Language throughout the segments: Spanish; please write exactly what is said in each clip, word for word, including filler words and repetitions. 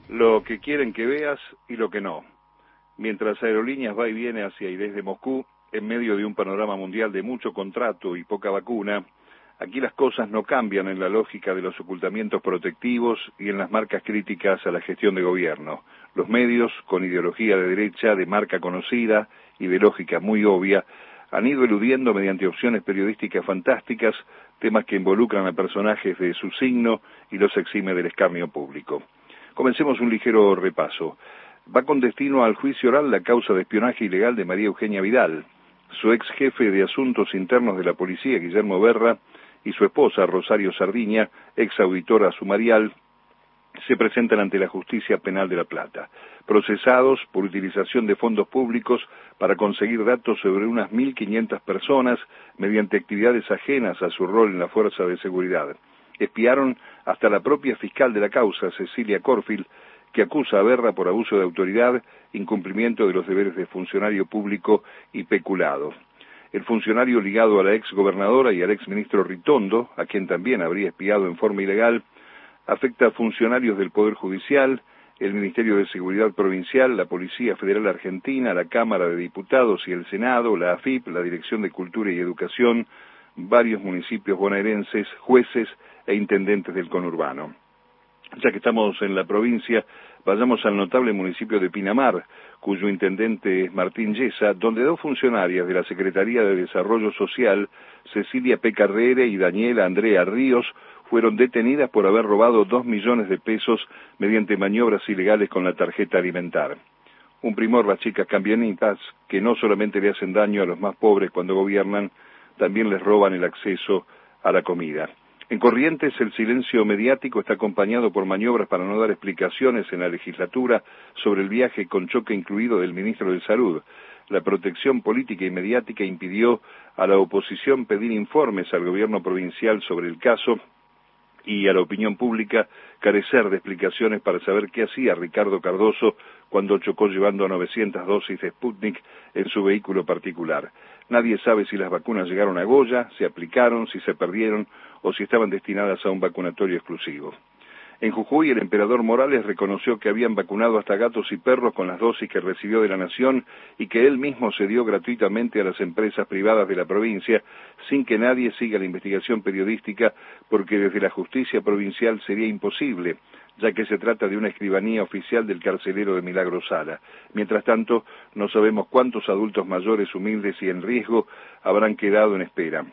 Lo que quieren que veas y lo que no. Mientras Aerolíneas va y viene hacia y desde Moscú, en medio de un panorama mundial de mucho contrato y poca vacuna, aquí las cosas no cambian en la lógica de los ocultamientos protectivos y en las marcas críticas a la gestión de gobierno. Los medios, con ideología de derecha, de marca conocida y de lógica muy obvia, han ido eludiendo mediante opciones periodísticas fantásticas temas que involucran a personajes de su signo y los exime del escarnio público. Comencemos un ligero repaso. Va con destino al juicio oral la causa de espionaje ilegal de María Eugenia Vidal. Su ex jefe de asuntos internos de la policía, Guillermo Berra, y su esposa, Rosario Sardiña, ex auditora sumarial, se presentan ante la Justicia Penal de La Plata, procesados por utilización de fondos públicos para conseguir datos sobre unas mil quinientas personas mediante actividades ajenas a su rol en la Fuerza de Seguridad. Espiaron hasta la propia fiscal de la causa, Cecilia Corfield, que acusa a Berra por abuso de autoridad, incumplimiento de los deberes de funcionario público y peculado. El funcionario ligado a la ex gobernadora y al ex ministro Ritondo, a quien también habría espiado en forma ilegal, afecta a funcionarios del Poder Judicial, el Ministerio de Seguridad Provincial, la Policía Federal Argentina, la Cámara de Diputados y el Senado, la A F I P, la Dirección de Cultura y Educación, varios municipios bonaerenses, jueces e intendentes del conurbano. Ya que estamos en la provincia, vayamos al notable municipio de Pinamar, cuyo intendente es Martín Yesa, donde dos funcionarias de la Secretaría de Desarrollo Social, Cecilia P. Carrere y Daniela Andrea Ríos, fueron detenidas por haber robado dos millones de pesos mediante maniobras ilegales con la tarjeta alimentar. Un primor las chicas cambianitas, que no solamente le hacen daño a los más pobres cuando gobiernan, también les roban el acceso a la comida. En Corrientes, el silencio mediático está acompañado por maniobras para no dar explicaciones en la legislatura sobre el viaje con choque incluido del ministro de Salud. La protección política y mediática impidió a la oposición pedir informes al gobierno provincial sobre el caso y a la opinión pública carecer de explicaciones para saber qué hacía Ricardo Cardoso cuando chocó llevando novecientas dosis de Sputnik en su vehículo particular. Nadie sabe si las vacunas llegaron a Goya, se aplicaron, si se perdieron o si estaban destinadas a un vacunatorio exclusivo. En Jujuy, el emperador Morales reconoció que habían vacunado hasta gatos y perros con las dosis que recibió de la Nación y que él mismo se dio gratuitamente a las empresas privadas de la provincia sin que nadie siga la investigación periodística porque desde la justicia provincial sería imposible, ya que se trata de una escribanía oficial del carcelero de Milagro Sala. Mientras tanto, no sabemos cuántos adultos mayores, humildes y en riesgo habrán quedado en espera.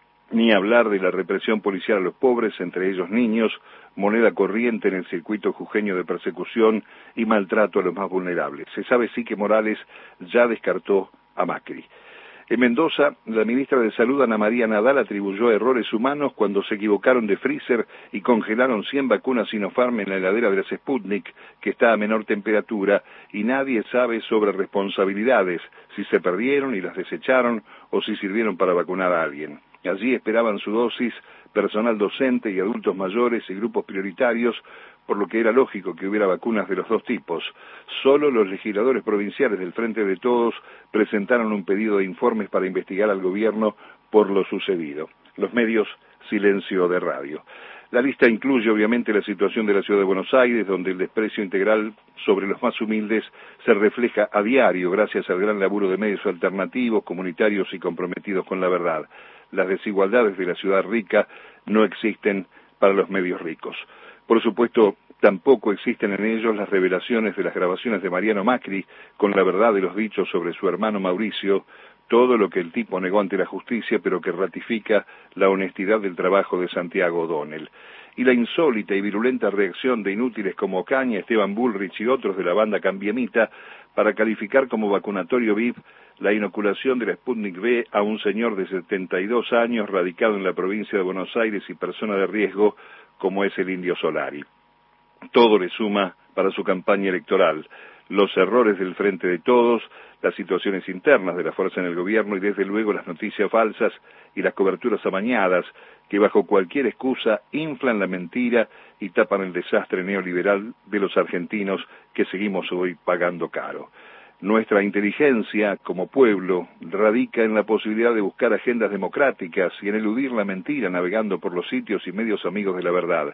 Ni hablar de la represión policial a los pobres, entre ellos niños, moneda corriente en el circuito jujeño de persecución y maltrato a los más vulnerables. Se sabe sí que Morales ya descartó a Macri. En Mendoza, la ministra de Salud, Ana María Nadal, atribuyó errores humanos cuando se equivocaron de freezer y congelaron cien vacunas Sinopharm en la heladera de las Sputnik, que está a menor temperatura, y nadie sabe sobre responsabilidades, si se perdieron y las desecharon o si sirvieron para vacunar a alguien. Allí esperaban su dosis personal docente y adultos mayores y grupos prioritarios, por lo que era lógico que hubiera vacunas de los dos tipos. Solo los legisladores provinciales del Frente de Todos presentaron un pedido de informes para investigar al gobierno por lo sucedido. Los medios, silencio de radio. La lista incluye obviamente la situación de la ciudad de Buenos Aires, donde el desprecio integral sobre los más humildes se refleja a diario gracias al gran laburo de medios alternativos, comunitarios y comprometidos con la verdad. Las desigualdades de la ciudad rica no existen para los medios ricos. Por supuesto, tampoco existen en ellos las revelaciones de las grabaciones de Mariano Macri con la verdad de los dichos sobre su hermano Mauricio, todo lo que el tipo negó ante la justicia, pero que ratifica la honestidad del trabajo de Santiago O'Donnell. Y la insólita y virulenta reacción de inútiles como Ocaña, Esteban Bullrich y otros de la banda Cambiemita para calificar como vacunatorio V I P la inoculación de la Sputnik V a un señor de setenta y dos años radicado en la provincia de Buenos Aires y persona de riesgo como es el Indio Solari. Todo le suma para su campaña electoral. Los errores del Frente de Todos, las situaciones internas de la fuerza en el gobierno y desde luego las noticias falsas y las coberturas amañadas que bajo cualquier excusa inflan la mentira y tapan el desastre neoliberal de los argentinos que seguimos hoy pagando caro. Nuestra inteligencia como pueblo radica en la posibilidad de buscar agendas democráticas y en eludir la mentira navegando por los sitios y medios amigos de la verdad.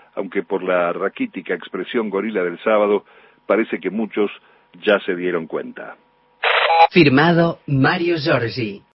aunque por la raquítica expresión gorila del sábado parece que muchos ya se dieron cuenta. Firmado Mario Giorgi.